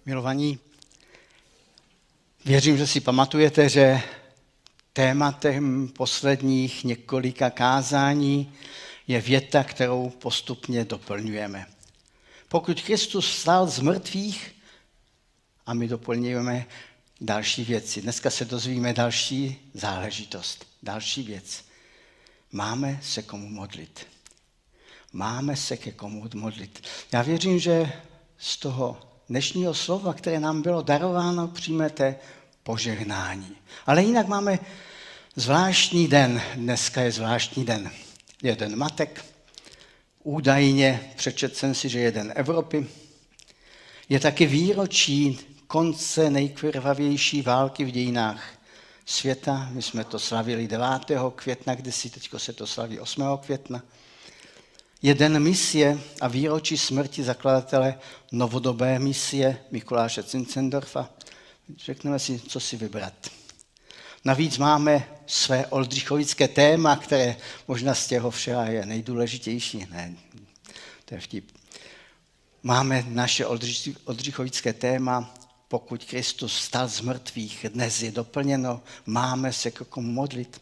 Milovaní, věřím, že si pamatujete, že tématem posledních několika kázání je věta, kterou postupně doplňujeme. Pokud Kristus vstal z mrtvých, a my doplňujeme další věci. Dneska se dozvíme další záležitost, další věc. Máme se komu modlit. Máme se ke komu modlit. Já věřím, že z toho dnešního slova, které nám bylo darováno, přijmete požehnání. Ale jinak máme zvláštní den. Dneska je zvláštní den. Je den matek. Údajně přečetl jsem si, že je den Evropy. Je taky výročí konce nejkrvavější války v dějinách světa. My jsme to slavili 9. května, kdysi, teďko se to slaví 8. května. Je den misie a výročí smrti zakladatele novodobé misie Mikuláše Zinzendorfa. Řekneme si, co si vybrat. Navíc máme své oldřichovické téma, které možná z těho všeho je nejdůležitější. Ne, to je vtip. Máme naše oldřichovické téma, pokud Kristus vstal z mrtvých, dnes je doplněno, máme se ke komu modlit.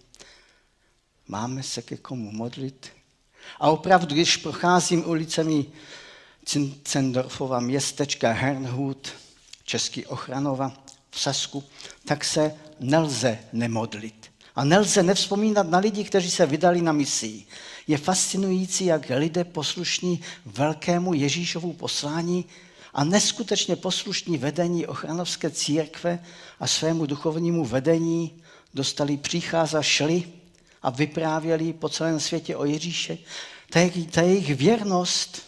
Máme se ke komu modlit. A opravdu, když procházím ulicemi Zinzendorfova městečka Herrnhut, český Ochranova v Sasku, tak se nelze nemodlit. A nelze nevzpomínat na lidi, kteří se vydali na misii. Je fascinující, jak lidé poslušní velkému Ježíšovu poslání a neskutečně poslušní vedení Ochranovské církve a svému duchovnímu vedení dostali příkaz a šli a vyprávěli po celém světě o Ježíše. Ta jejich věrnost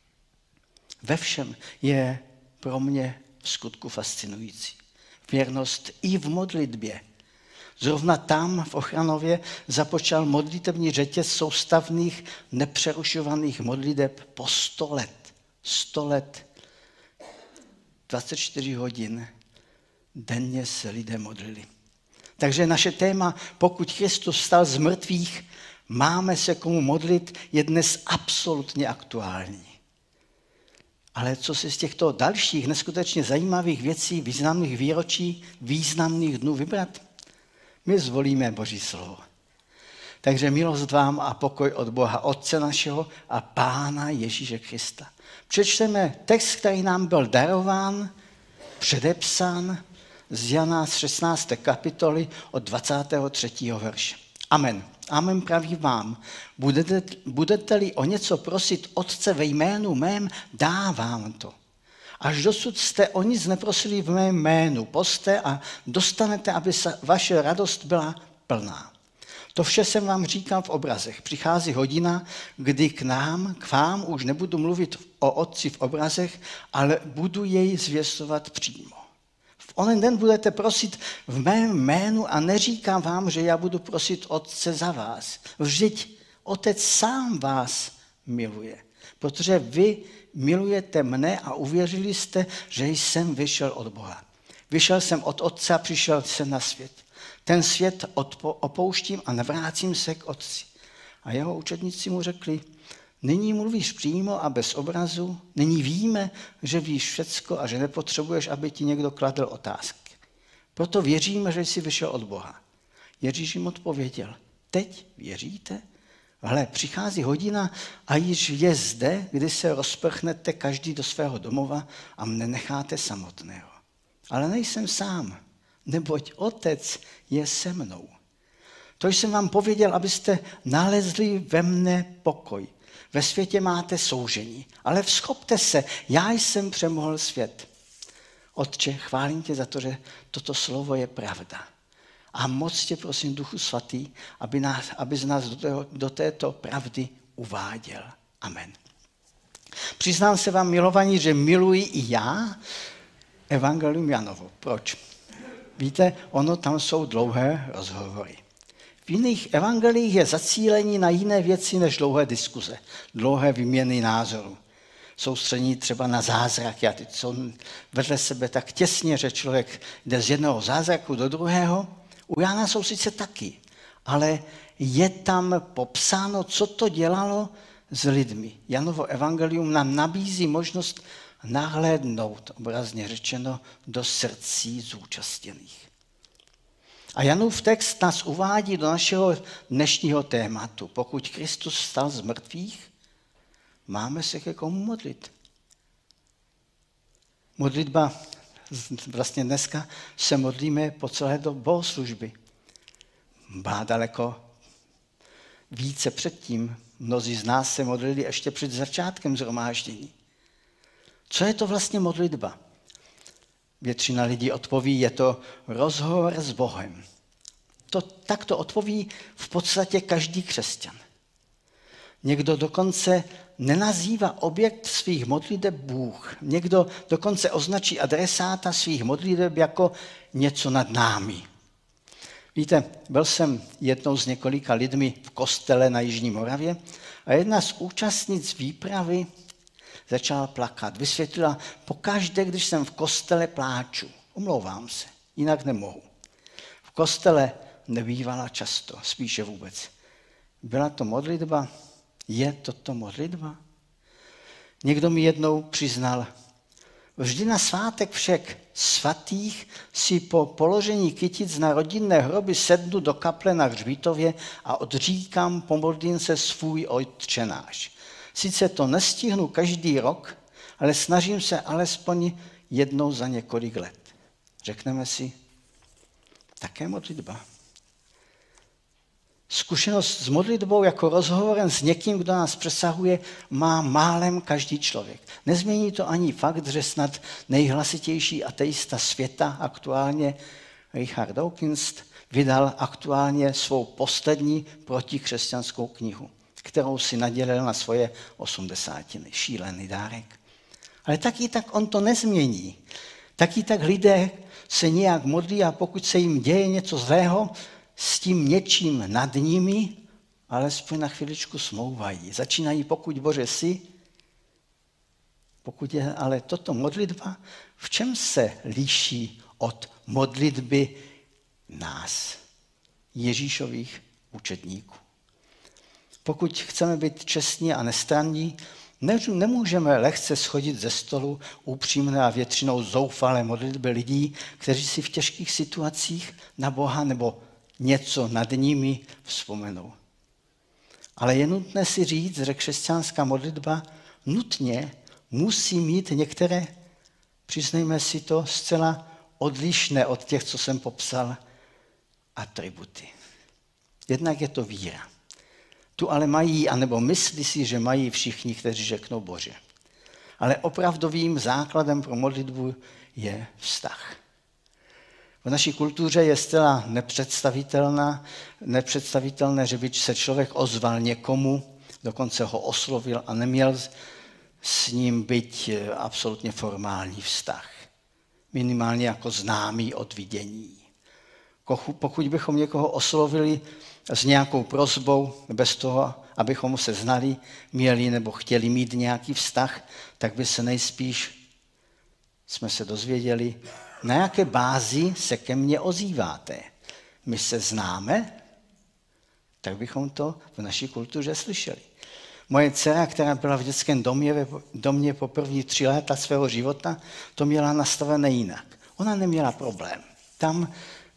ve všem je pro mě v skutku fascinující. Věrnost i v modlitbě. Zrovna tam v Ochranově započal modlitební řetěz soustavných, nepřerušovaných modliteb po 100 let. 100 let, 24 hodin denně se lidé modlili. Takže naše téma, pokud Kristus vstal z mrtvých, máme se komu modlit, je dnes absolutně aktuální. Ale co si z těchto dalších neskutečně zajímavých věcí, významných výročí, významných dnů vybrat? My zvolíme Boží slovo. Takže milost vám a pokoj od Boha Otce našeho a Pána Ježíše Krista. Přečteme text, který nám byl darován, předepsán z Jana z 16. kapitoly od 23. verše. Amen. Amen praví vám. Budete-li o něco prosit Otce ve jménu mém, dá vám to. Až dosud jste o nic neprosili v mém jménu, poste a dostanete, aby vaše radost byla plná. To vše jsem vám říkal v obrazech. Přichází hodina, kdy k vám už nebudu mluvit o Otci v obrazech, ale budu jej zvěstovat přímo. V onen den budete prosit v mém jménu a neříkám vám, že já budu prosit Otce za vás. Vždyť Otec sám vás miluje, protože vy milujete mne a uvěřili jste, že jsem vyšel od Boha. Vyšel jsem od Otce a přišel jsem na svět. Ten svět opouštím a navrácím se k Otci. A jeho učedníci mu řekli, nyní mluvíš přímo a bez obrazu, nyní víme, že víš všecko a že nepotřebuješ, aby ti někdo kladl otázky. Proto věříme, že jsi vyšel od Boha. Ježíš jim odpověděl, teď věříte? Hle, přichází hodina a již je zde, kdy se rozprchnete každý do svého domova a mne necháte samotného. Ale nejsem sám, neboť Otec je se mnou. To jsem vám pověděl, abyste nalezli ve mne pokoj. Ve světě máte soužení, ale vzchopte se, já jsem přemohl svět. Otče, chválím tě za to, že toto slovo je pravda. A moc tě prosím, Duchu Svatý, aby nás do této pravdy uváděl. Amen. Přiznám se vám, milovaní, že miluji i já Evangelium Janovo. Proč? Víte, tam jsou dlouhé rozhovory. V jiných evangeliích je zacílení na jiné věci než dlouhé diskuze, dlouhé výměny názorů. Soustředění třeba na zázraky a ty jsou vedle sebe tak těsně, že člověk jde z jednoho zázraku do druhého. U Jana jsou sice taky, ale je tam popsáno, co to dělalo s lidmi. Janovo evangelium nám nabízí možnost nahlédnout, obrazně řečeno, do srdcí zúčastněných. A Janův text nás uvádí do našeho dnešního tématu. Pokud Kristus vstal z mrtvých, máme se ke komu modlit. Modlitba, vlastně dneska se modlíme po celé do bohoslužby. Má daleko více předtím. Mnozí z nás se modlili ještě před začátkem shromáždění. Co je to vlastně modlitba? Většina lidí odpoví, je to rozhovor s Bohem. Tak to odpoví v podstatě každý křesťan. Někdo dokonce nenazývá objekt svých modliteb Bůh. Někdo dokonce označí adresáta svých modliteb jako něco nad námi. Víte, byl jsem jednou z několika lidmi v kostele na Jižní Moravě a jedna z účastnic výpravy začala plakat. Vysvětlila, pokaždé, když jsem v kostele, pláču. Omlouvám se, jinak nemohu. V kostele nebývala často, spíše vůbec. Byla to modlitba? Je toto modlitba? Někdo mi jednou přiznal, vždy na svátek všech svatých si po položení kytic na rodinné hroby sednu do kaple na hřbitově a odříkám, pomodlím se svůj Otčenáš. Sice to nestihnu každý rok, ale snažím se alespoň jednou za několik let. Řekneme si, také modlitba. Zkušenost s modlitbou jako rozhovorem s někým, kdo nás přesahuje, má málem každý člověk. Nezmění to ani fakt, že snad nejhlasitější ateista světa aktuálně Richard Dawkins vydal aktuálně svou poslední protikřesťanskou knihu, kterou si nadělil na svoje 80. Šílený dárek. Ale taky tak on to nezmění. Taky tak lidé se nějak modlí a pokud se jim děje něco zlého, s tím něčím nad nimi, alespoň na chviličku smlouvají. Začínají, pokud Bože jsi, pokud je ale toto modlitba, v čem se liší od modlitby nás, Ježíšových učedníků? Pokud chceme být čestní a nestranní, nemůžeme lehce schodit ze stolu upřímné a většinou zoufalé modlitby lidí, kteří si v těžkých situacích na Boha nebo něco nad nimi vzpomenou. Ale je nutné si říct, že křesťanská modlitba nutně musí mít některé, přiznejme si to, zcela odlišné od těch, co jsem popsal, atributy. Jednak je to víra. Tu ale mají, anebo myslí si, že mají všichni, kteří řeknou Bože. Ale opravdovým základem pro modlitbu je vztah. V naší kultuře je zcela nepředstavitelné, že by se člověk ozval někomu, dokonce ho oslovil a neměl s ním být absolutně formální vztah. Minimálně jako známý od vidění. Pokud bychom někoho oslovili s nějakou prosbou, bez toho, abychom se znali, měli nebo chtěli mít nějaký vztah, tak by se nejspíš, jsme se dozvěděli, na jaké bázi se ke mně ozýváte. My se známe? Tak bychom to v naší kultuře slyšeli. Moje dcera, která byla v dětském domě po první 3 léta svého života, to měla nastavené jinak. Ona neměla problém. Tam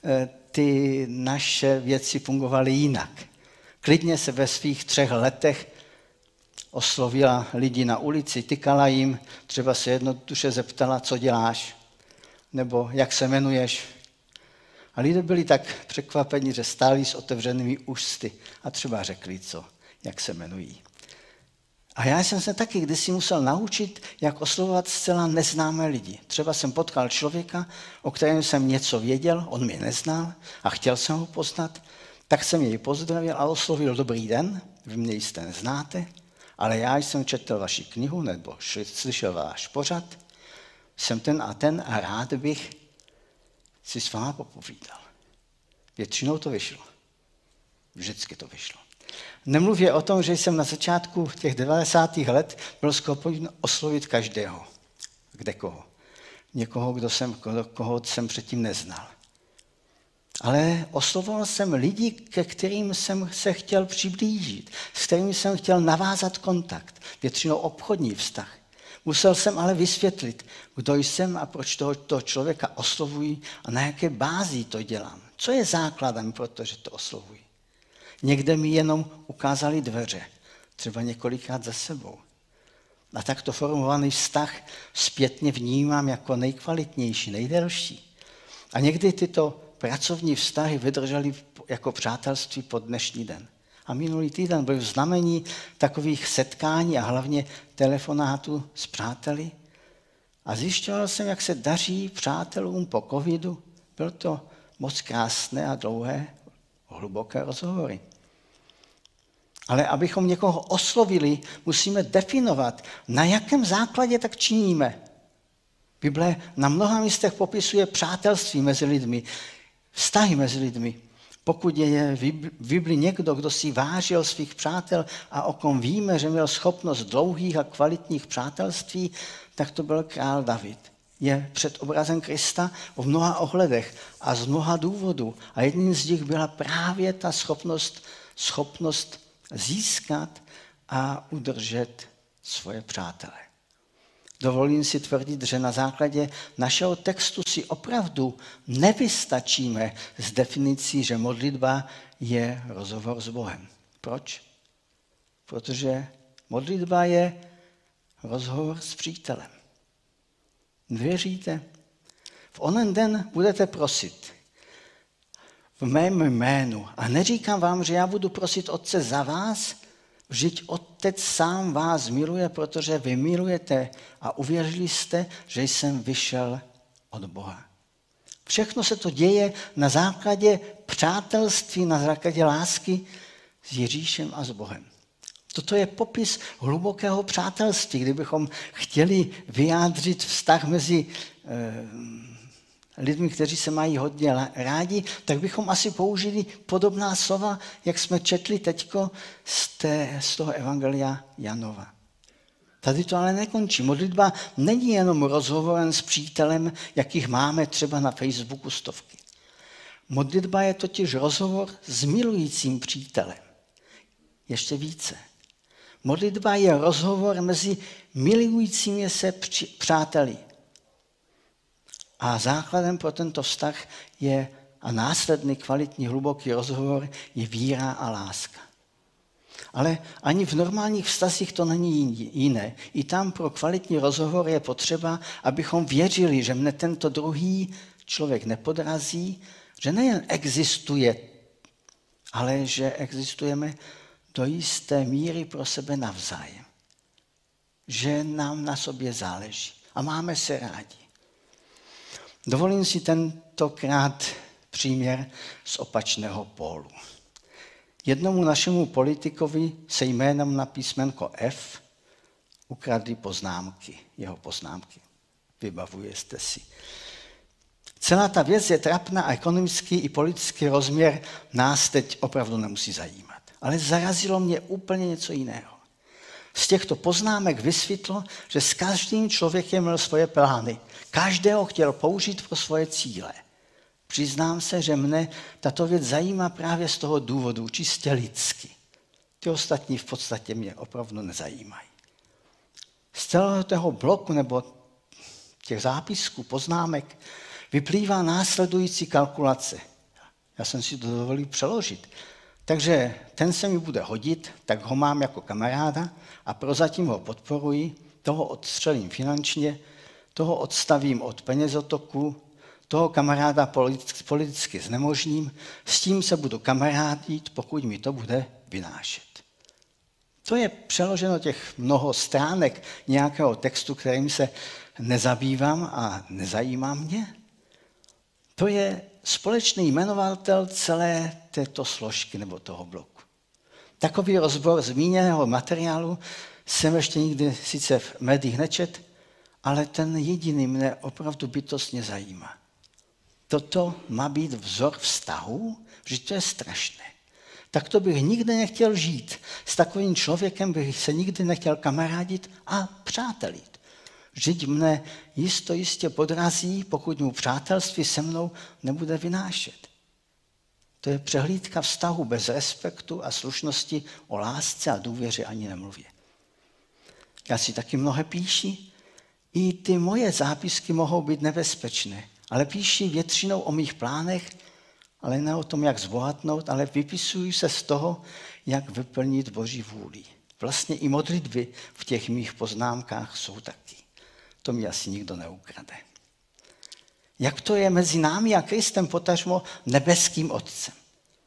ty naše věci fungovaly jinak. Klidně se ve svých 3 letech oslovila lidi na ulici, tykala jim, třeba se jednoduše zeptala, co děláš, nebo jak se jmenuješ. A lidé byli tak překvapeni, že stáli s otevřenými ústy a třeba řekli, jak se jmenují. A já jsem se taky kdysi musel naučit, jak oslovovat zcela neznámé lidi. Třeba jsem potkal člověka, o kterém jsem něco věděl, on mě neznal a chtěl jsem ho poznat, tak jsem jej pozdravil a oslovil dobrý den, vy mě jistě neznáte, ale já jsem četl vaši knihu nebo slyšel váš pořad, jsem ten a rád bych si s váma popovídal. Většinou to vyšlo. Vždycky to vyšlo. Nemluvě o tom, že jsem na začátku těch 90. let byl schopen oslovit každého, kdekoho. Někoho, koho jsem předtím neznal. Ale oslovoval jsem lidi, ke kterým jsem se chtěl přiblížit, s kterými jsem chtěl navázat kontakt, většinou obchodní vztah. Musel jsem ale vysvětlit, kdo jsem a proč toho člověka oslovuji a na jaké bázi to dělám. Co je základem, protože to oslovuji. Někde mi jenom ukázali dveře, třeba několikrát za sebou. A takto formovaný vztah zpětně vnímám jako nejkvalitnější, nejdelší. A někdy tyto pracovní vztahy vydržely jako přátelství po dnešní den. A minulý týden byl v znamení takových setkání a hlavně telefonátů s přáteli. A zjišťoval jsem, jak se daří přátelům po covidu. Bylo to moc krásné a dlouhé, hluboké rozhovory. Ale abychom někoho oslovili, musíme definovat, na jakém základě tak činíme. Bible na mnoha místech popisuje přátelství mezi lidmi, vztahy mezi lidmi. Pokud je v Bibli někdo, kdo si vážil svých přátel a o kom víme, že měl schopnost dlouhých a kvalitních přátelství, tak to byl král David. Je před obrazem Krista v mnoha ohledech a z mnoha důvodů. A jedním z nich byla právě ta schopnost získat a udržet svoje přátele. Dovolím si tvrdit, že na základě našeho textu si opravdu nevystačíme s definicí, že modlitba je rozhovor s Bohem. Proč? Protože modlitba je rozhovor s přítelem. Věříte? V onen den budete prosit v mém jménu. A neříkám vám, že já budu prosit Otce za vás, vždyť Otec sám vás miluje, protože vy milujete a uvěřili jste, že jsem vyšel od Boha. Všechno se to děje na základě přátelství, na základě lásky s Ježíšem a s Bohem. Toto je popis hlubokého přátelství. Kdybychom chtěli vyjádřit vztah mezi lidmi, kteří se mají hodně rádi, tak bychom asi použili podobná slova, jak jsme četli teďko z toho evangelia Janova. Tady to ale nekončí. Modlitba není jenom rozhovorem s přítelem, jakých máme třeba na Facebooku stovky. Modlitba je totiž rozhovor s milujícím přítelem. Ještě více. Modlitba je rozhovor mezi milujícími se přáteli. A základem pro tento vztah je a následný kvalitní hluboký rozhovor je víra a láska. Ale ani v normálních vztazích to není jiné. I tam pro kvalitní rozhovor je potřeba, abychom věřili, že mne tento druhý člověk nepodrazí, že nejen existuje, ale že existujeme do jisté míry pro sebe navzájem. Že nám na sobě záleží a máme se rádi. Dovolím si tentokrát příměr z opačného pólu. Jednomu našemu politikovi se jménem na písmenko F ukradli poznámky, jeho poznámky. Vybavujete si. Celá ta věc je trapná a ekonomický i politický rozměr nás teď opravdu nemusí zajímat. Ale zarazilo mě úplně něco jiného. Z těchto poznámek vysvětlo, že s každým člověkem měl svoje plány. Každého chtěl použít pro svoje cíle. Přiznám se, že mne tato věc zajímá právě z toho důvodu, čistě lidsky. Ty ostatní v podstatě mě opravdu nezajímají. Z celého toho bloku nebo těch zápisků, poznámek vyplývá následující kalkulace. Já jsem si to dovolil přeložit. Takže ten se mi bude hodit, tak ho mám jako kamaráda a prozatím ho podporuji, toho odstřelím finančně, toho odstavím od penězotoku, toho kamaráda politicky znemožním, s tím se budu kamarádit, pokud mi to bude vynášet. To je přeloženo těch mnoho stránek nějakého textu, kterým se nezabývám a nezajímá mě. To je společný jmenovatel celé této složky nebo toho bloku. Takový rozbor zmíněného materiálu jsem ještě nikdy sice v médiích nečet, ale ten jediný mne opravdu bytostně zajímá. Toto má být vzor vztahu, že to je strašné. Tak to bych nikdy nechtěl žít. S takovým člověkem bych se nikdy nechtěl kamarádit a přátelit. Vždyť mne jistě podrazí, pokud mu přátelství se mnou nebude vynášet. To je přehlídka vztahu bez respektu a slušnosti, o lásce a důvěře ani nemluvě. Já si taky mnohé píši, I ty moje zápisky mohou být nebezpečné, ale píši většinou o mých plánech, ale ne o tom, jak zbohatnout, ale vypisuju se z toho, jak vyplnit Boží vůli. Vlastně i modlitby v těch mých poznámkách jsou taky. To mi asi nikdo neukrade. Jak to je mezi námi a Kristem, potažmo nebeským Otcem?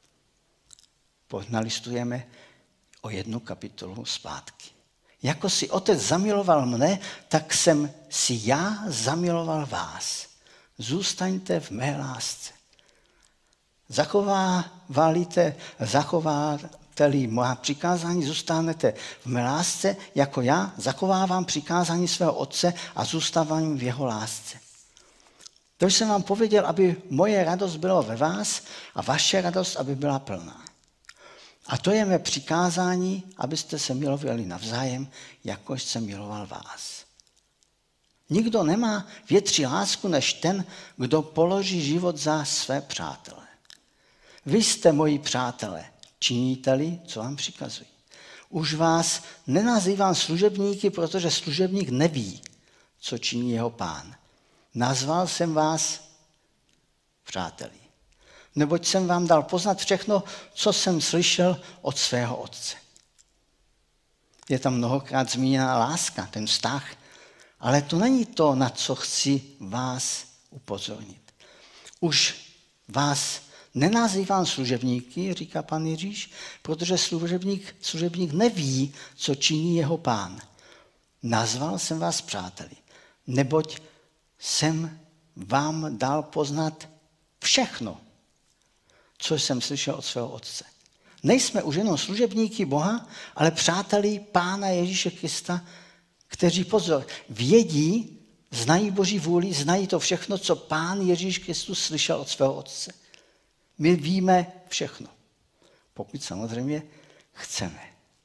Nalistujeme o 1 kapitolu zpátky. Jako si Otec zamiloval mne, tak jsem si já zamiloval vás. Zůstaňte v mé lásce. Zachováte-li má přikázání, zůstanete v mé lásce, jako já zachovávám přikázání svého Otce a zůstávám v jeho lásce. To jsem vám pověděl, aby moje radost byla ve vás a vaše radost, aby byla plná. A to je mé přikázání, abyste se milovali navzájem, jakož jsem miloval vás. Nikdo nemá větší lásku, než ten, kdo položí život za své přátele. Vy jste moji přátelé, činíte-li, co vám přikazují. Už vás nenazývám služebníky, protože služebník neví, co činí jeho pán. Nazval jsem vás přáteli. Neboť jsem vám dal poznat všechno, co jsem slyšel od svého Otce. Je tam mnohokrát zmíněná láska, ten vztah, ale to není to, na co chci vás upozornit. Už vás nenazývám služebníky, říká pan Ježíš, protože služebník neví, co činí jeho pán. Nazval jsem vás přáteli, neboť jsem vám dal poznat všechno, co jsem slyšel od svého Otce. Nejsme už jenom služebníky Boha, ale přáteli Pána Ježíše Krista, kteří, pozor, vědí, znají Boží vůli, znají to všechno, co Pán Ježíš Kristus slyšel od svého Otce. My víme všechno, pokud samozřejmě chceme,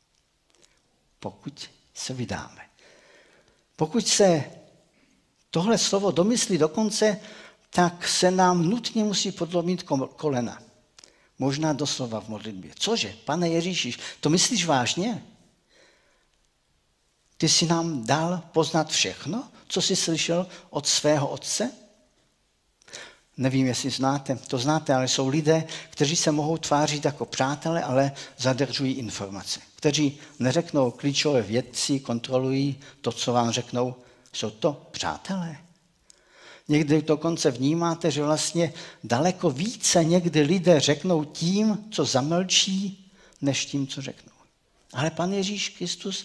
pokud se vydáme. Pokud se tohle slovo domyslí do konce, tak se nám nutně musí podlomit kolena. Možná doslova v modlitbě. Cože, Pane Ježíši, to myslíš vážně? Ty jsi nám dal poznat všechno, co jsi slyšel od svého Otce? Nevím, jestli to znáte, ale jsou lidé, kteří se mohou tvářit jako přátelé, ale zadržují informace. Kteří neřeknou klíčové věci, kontrolují to, co vám řeknou. Jsou to přátelé. Někdy dokonce vnímáte, že vlastně daleko více někdy lidé řeknou tím, co zamlčí, než tím, co řeknou. Ale Pan Ježíš Kristus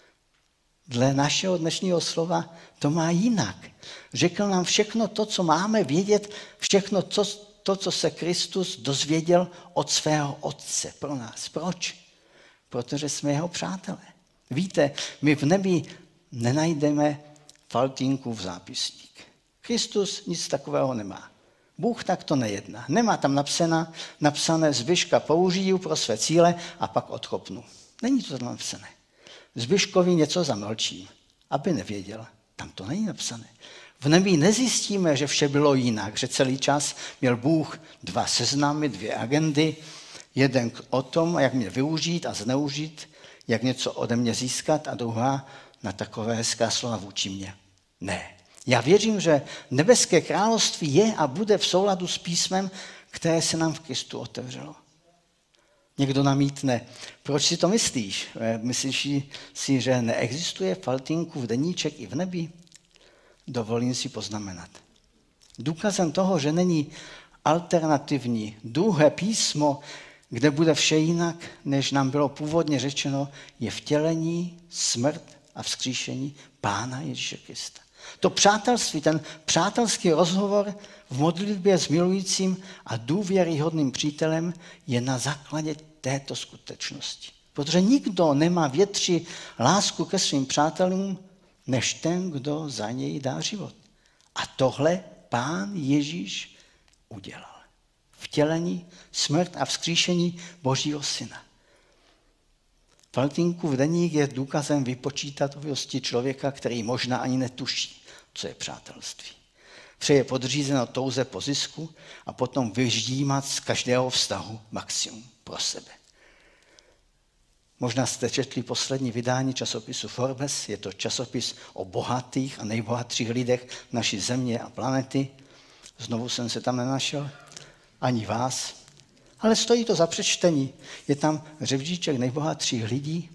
dle našeho dnešního slova to má jinak. Řekl nám všechno to, co máme vědět, všechno to, co se Kristus dozvěděl od svého Otce pro nás. Proč? Protože jsme jeho přátelé. Víte, my v nebi nenajdeme faltínku v zápisník. Kristus nic takového nemá. Bůh takto nejedná. Nemá tam napsané zbyška použiju pro své cíle a pak odchopnu. Není to tam napsané. Zbyškovi něco zamlčím, aby nevěděl. Tam to není napsané. V nebi nezjistíme, že vše bylo jinak, že celý čas měl Bůh 2 seznamy, 2 agendy, jeden o tom, jak mě využít a zneužít, jak něco ode mě získat a druhá na takové hezká slova vůči mě. Ne. Já věřím, že nebeské království je a bude v souladu s písmem, které se nám v Kristu otevřelo. Někdo namítne, proč si to myslíš? Myslíš si, že neexistuje faltínku v deníček i v nebi? Dovolím si poznamenat. Důkazem toho, že není alternativní druhé písmo, kde bude vše jinak, než nám bylo původně řečeno, je vtělení, smrt a vzkříšení Pána Ježíše Krista. To přátelství, ten přátelský rozhovor v modlitbě s milujícím a důvěryhodným přítelem je na základě této skutečnosti. Protože nikdo nemá větší lásku ke svým přátelům, než ten, kdo za něj dá život. A tohle Pán Ježíš udělal. Vtělení, smrt a vzkříšení Božího Syna. Faltýnkův deník je důkazem vypočítavosti člověka, který možná ani netuší, co je přátelství. Vše je podřízeno touze po zisku a potom vyždímat z každého vztahu maximum pro sebe. Možná jste četli poslední vydání časopisu Forbes, je to časopis o bohatých a nejbohatších lidech naší země a planety. Znovu jsem se tam nenašel, ani vás, ale stojí to za přečtení. Je tam žebříček nejbohatších lidí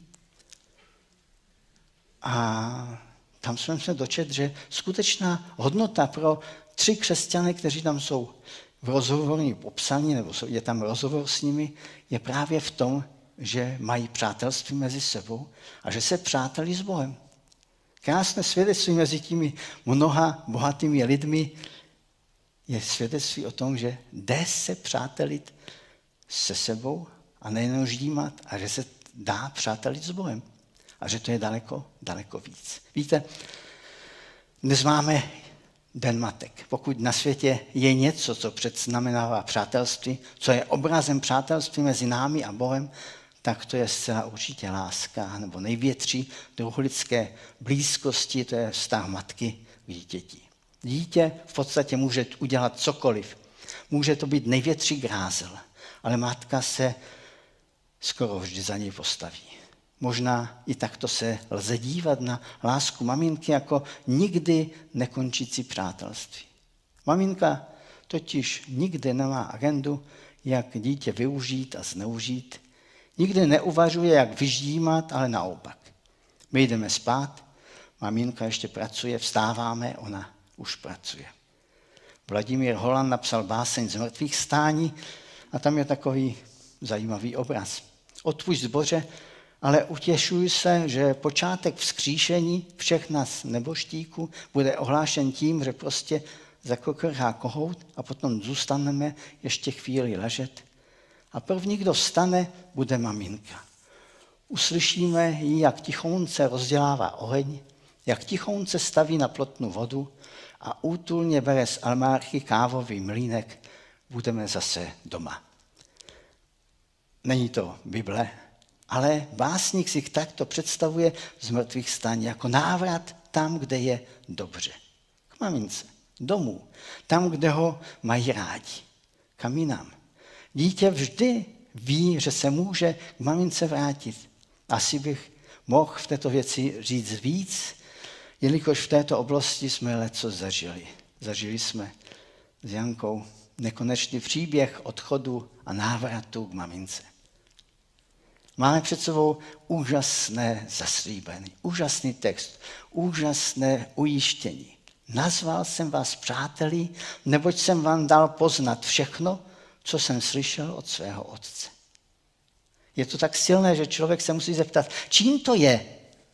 a tam jsem se dočetl, že skutečná hodnota pro 3 křesťany, kteří tam jsou v rozhovoru popsaní, nebo je tam rozhovor s nimi, je právě v tom, že mají přátelství mezi sebou a že se přátelí s Bohem. Krásné svědectví mezi těmi mnoha bohatými lidmi je svědectví o tom, že jde se přátelit se sebou a nejen ždímat, a že se dá přátelit s Bohem. A že to je daleko, daleko víc. Víte, dnes máme Den matek. Pokud na světě je něco, co předznamenává přátelství, co je obrazem přátelství mezi námi a Bohem, tak to je zcela určitě láska, nebo největší druh lidské blízkosti, to je vztah matky k dítěti. Dítě v podstatě může udělat cokoliv. Může to být největší grázel, ale matka se skoro vždy za něj postaví. Možná i takto se lze dívat na lásku maminky jako nikdy nekončící přátelství. Maminka totiž nikdy nemá agendu, jak dítě využít a zneužít. Nikdy neuvažuje, jak vyždímat, ale naopak. My jdeme spát, maminka ještě pracuje, vstáváme, ona už pracuje. Vladimír Holan napsal báseň Z mrtvých stání a tam je takový zajímavý obraz. Odpusť zboře, ale utěšuj se, že počátek vzkříšení všech nás neboštíků bude ohlášen tím, že prostě zakokrhá kohout a potom zůstaneme ještě chvíli ležet. A první, kdo vstane, bude maminka. Uslyšíme ji, jak tichounce rozdělává oheň, jak tichounce staví na plotnu vodu a útulně bere z almárky kávový mlýnek. Budeme zase doma. Není to Bible, ale básník si takto představuje z mrtvých stání jako návrat tam, kde je dobře. K mamince, domů, tam, kde ho mají rádi. Kam jinam. Dítě vždy ví, že se může k mamince vrátit. Asi bych mohl v této věci říct víc, jelikož v této oblasti jsme leco zažili. Zažili jsme s Jankou nekonečný příběh odchodu a návratu k mamince. Máme před sebou úžasné zaslíbení, úžasný text, úžasné ujištění. Nazval jsem vás přáteli, neboť jsem vám dal poznat všechno, co jsem slyšel od svého otce. Je to tak silné, že člověk se musí zeptat, čím to je,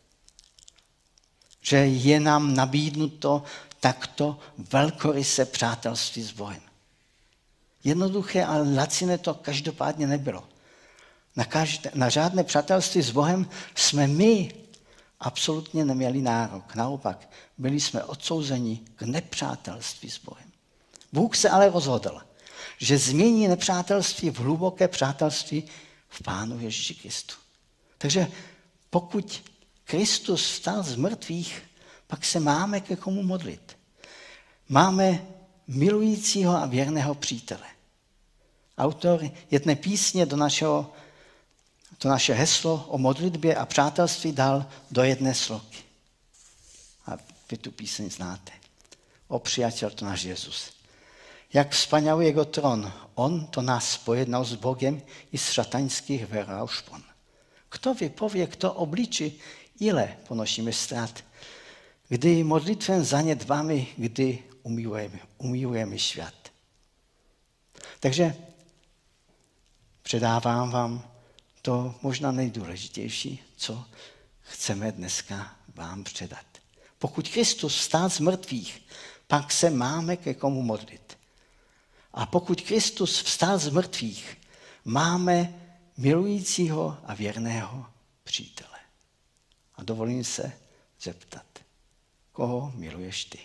že je nám nabídnuto takto velkoryse přátelství s Bohem. Jednoduché, ale laciné to každopádně nebylo. Na žádné přátelství s Bohem jsme my absolutně neměli nárok. Naopak, byli jsme odsouzeni k nepřátelství s Bohem. Bůh se ale rozhodl, že změní nepřátelství v hluboké přátelství v Pánu Ježíši Kristu. Takže pokud Kristus vstal z mrtvých, pak se máme ke komu modlit. Máme milujícího a věrného přítele. Autor jedné písně to naše heslo o modlitbě a přátelství dal do jedné sloky. A vy tu píseň znáte. O přijatel to náš Jezus. Jak vzpaniał jego tron, on to nás pojednal s Bogiem i z szatańskich wyrwał szpon. Kto wypowie, kto obliczy, ile ponosimy strat, gdy modlitwę zaniedbamy, gdy umiłujemy świat. Takže předávám vám to možná nejdůležitější, co chceme dneska vám předat. Pokud Kristus vstal z mrtvých, pak se máme ke komu modlit. A pokud Kristus vstal z mrtvých, máme milujícího a věrného přítele. A dovolím se zeptat, koho miluješ ty?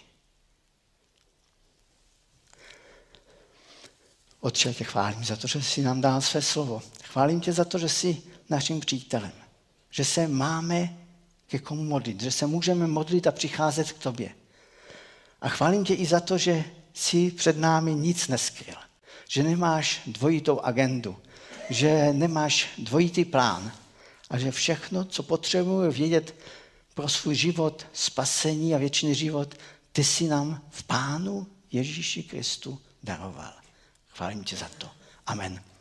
Otče, tě chválím za to, že jsi nám dal své slovo. Chválím tě za to, že jsi naším přítelem. Že se máme ke komu modlit. Že se můžeme modlit a přicházet k tobě. A chválím tě i za to, že jsi před námi nic neskryl. Že nemáš dvojitou agendu. Že nemáš dvojitý plán. a že všechno, co potřebuji vědět pro svůj život, spasení a věčný život, ty jsi nám v Pánu Ježíši Kristu daroval. Chválím tě za to. Amen.